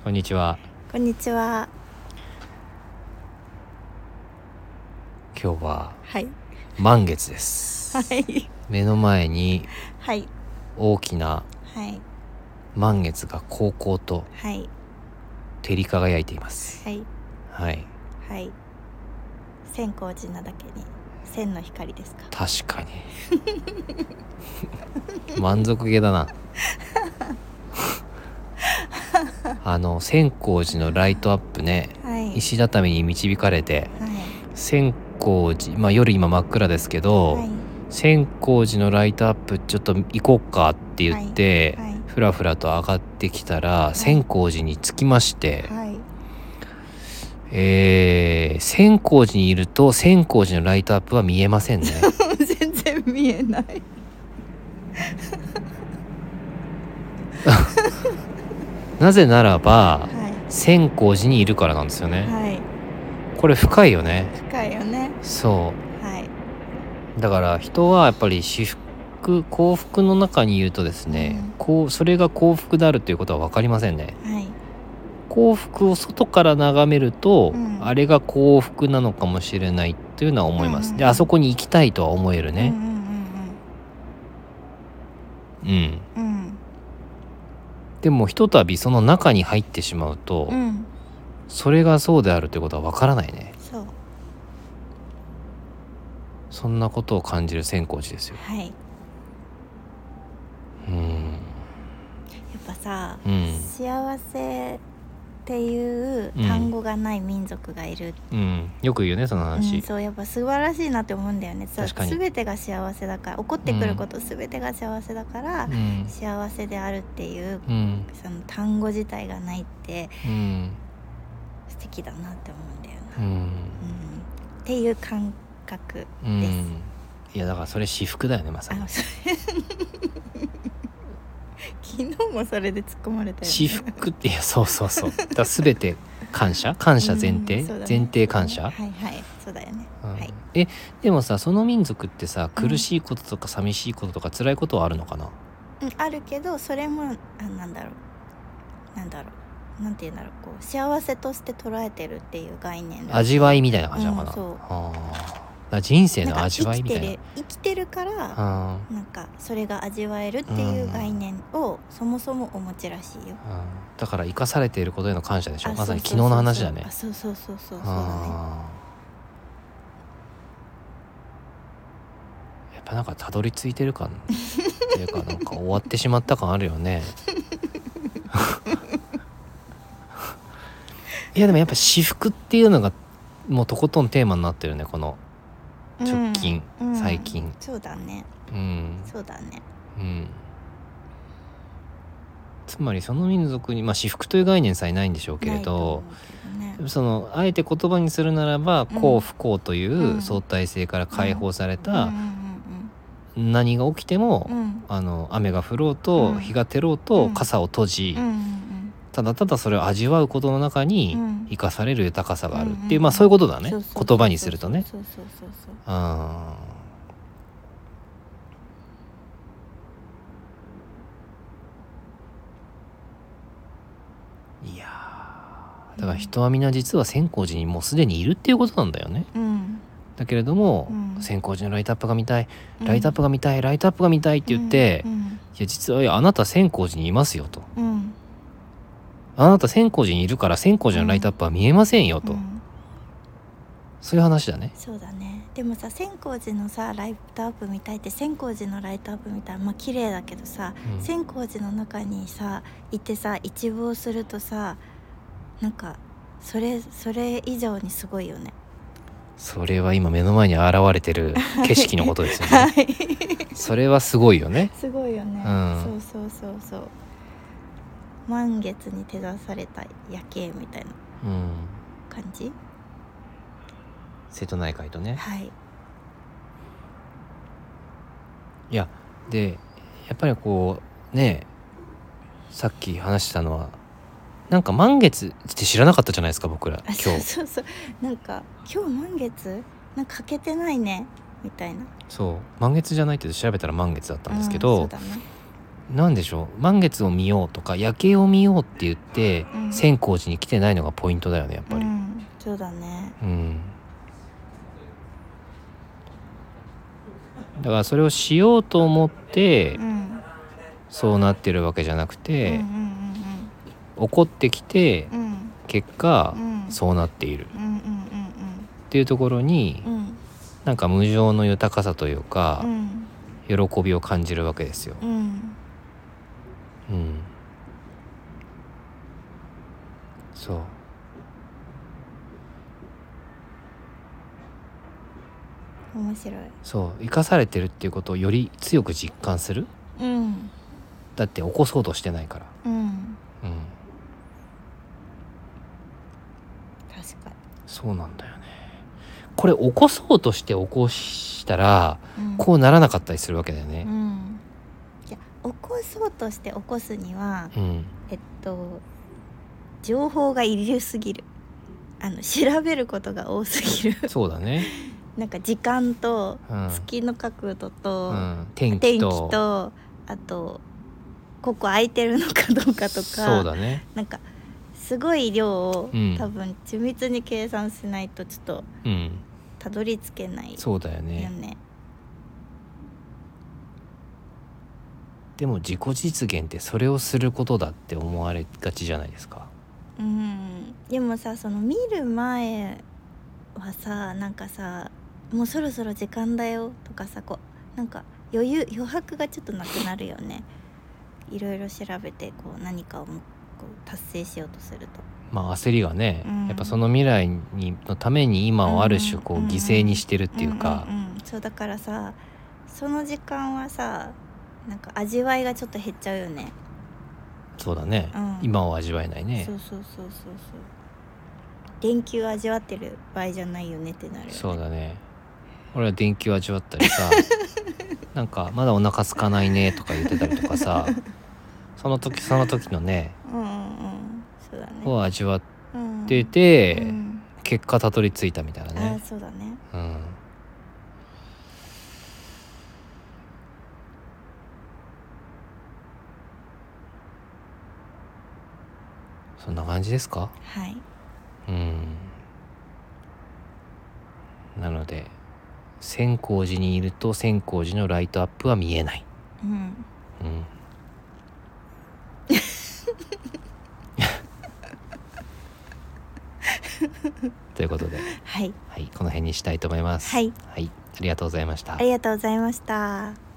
こんにちは。 こんにちは。 今日ははい満月です。 はい目の前にはい大きなはい満月がこうこうとはい照り輝いています。 はいはいはい千光寺なだけに千の光ですか。 確かに満足げだな千光寺のライトアップね、 はい石畳に導かれてはい千光寺、夜今真っ暗ですけど、 はい千光寺のライトアップちょっと行こうかって言って、 はいはいふらふらと上がってきたら、千光寺に着きまして、 はい千光寺にいると千光寺のライトアップは見えませんね全然見えないなぜならば、 はい千光寺にいるからなんですよね。 はいこれ深いよね。 深いよね。 そはい、 うだから人はやっぱり幸福の中にいるとですね、それが幸福であるということは分かりませんね。 はい、 幸福を外から眺めると、あれが幸福なのかもしれないというのは思います。で、あそこに行きたいとは思えるね。でもひとたびその中に入ってしまうと、それがそうであるということは分からないね。そんなことを感じる千光寺ですよ。 はい、やっぱさ、幸せっていう単語がない民族がいる、 よく言うねその話、 そうやっぱ素晴らしいなって思うんだよね。 確かに全てが幸せだから、起こってくること全てが幸せだから、幸せであるっていう、その単語自体がないって、素敵だなって思うんだよな、っていう感覚です。 いやだからそれ至福だよね、まさに。 昨日もそれで突っ込まれたよね。 至福って、いやそうだ全て感謝前提、前提感謝。 はいはいそうだよね、はい。 でもさ、その民族ってさ、苦しいこととか寂しいこととか辛いことはあるのかな。 あるけど、それもなんだろうなんていうんだろう、こう幸せとして捉えてるっていう概念、 味わいみたいな感じなのかな。 そう人生の味わいみたいな。 生きてるからなんかそれが味わえるっていう概念をそもそもお持ちらしいよ。 だから生かされていることへの感謝でしょ。まさに昨日の話だね。 そうだね。 やっぱなんかたどり着いてる感っていうか、なんか終わってしまった感あるよねいやでもやっぱ至福っていうのがもうとことんテーマになってるね、この直近、最近。 そうだね、そうだね。 つまりその民族に、至福という概念さえないんでしょうけれど、そのあえて言葉にするならば、幸不幸という相対性から解放された、何が起きても、雨が降ろうと、日が照ろうと、傘を閉じ、ただただそれを味わうことの中に生かされる豊かさがあるっていう、そういうことだね、言葉にするとね。いやだから人はみんな実は千光寺にもうすでにいるっていうことなんだよね。だけれども、千光寺のライトアップが見たい、ライトアップが見たい、ライトアップが見たいって言って、いや実はあなた千光寺にいますよと、あなた千光寺にいるから千光寺のライトアップは見えませんよと、そういう話だね。 そうだね。でもさ、千光寺のさライトアップ見たいって、千光寺のライトアップ見たい、綺麗だけどさ、千光寺の中にさいてさ一望するとさ、なんかそれ以上にすごいよね。 それは今目の前に現れてる景色のことですよね、はい、それはすごいよね。 すごいよね、そう満月に照らされた夜景みたいな感じ、 瀬戸内海とね。 はい。 いやでやっぱりこうね、さっき話したのはなんか満月って知らなかったじゃないですか、僕ら今日。 そうなんか今日満月なんか欠けてないねみたいな。 そう満月じゃないって調べたら満月だったんですけど、 なんでしょう、満月を見ようとか夜景を見ようって言って、千光寺に来てないのがポイントだよねやっぱり。 そうだね。 だからそれをしようと思って、そうなってるわけじゃなくて、起こってきて、結果、そうなっている、っていうところに、なんか無常の豊かさというか、喜びを感じるわけですよ。そう面白い。 そう生かされてるっていうことをより強く実感する、だって起こそうとしてないから。 確かにそうなんだよね。これ起こそうとして起こしたら、こうならなかったりするわけだよね。 いや起こそうとして起こすには、情報が入れすぎる、調べることが多すぎる。 そうだね。 なんか時間と月の角度と、 天気とあとここ空いてるのかどうかとか、 そうだね。 なんかすごい量を、多分緻密に計算しないとちょっとたどり着けないよね。 そうだよね。でも自己実現ってそれをすることだって思われがちじゃないですか。 でもさ、その見る前はさ、なんかさ、もうそろそろ時間だよとかさ、こうなんか余白がちょっとなくなるよね。いろいろ調べてこう何かをこう達成しようとすると、 焦りがね、やっぱその未来のために今をある種こう犠牲にしてるっていうか、 そうだからさ、その時間はさ、なんか味わいがちょっと減っちゃうよね。 そうだね、今を味わえないね。 そう電球味わってる場合じゃないよねってなるよね。 そうだね。俺は電球味わったりさなんかまだお腹空かないねとか言ってたりとかさその時のね、 そうだね、 を味わってて、結果たどり着いたみたいなね。 そうだね。 そんな感じですか。 はい。 なので千光寺にいると千光寺のライトアップは見えない。ということで、 はい、 この辺にしたいと思います。 はい、 ありがとうございました。 ありがとうございました。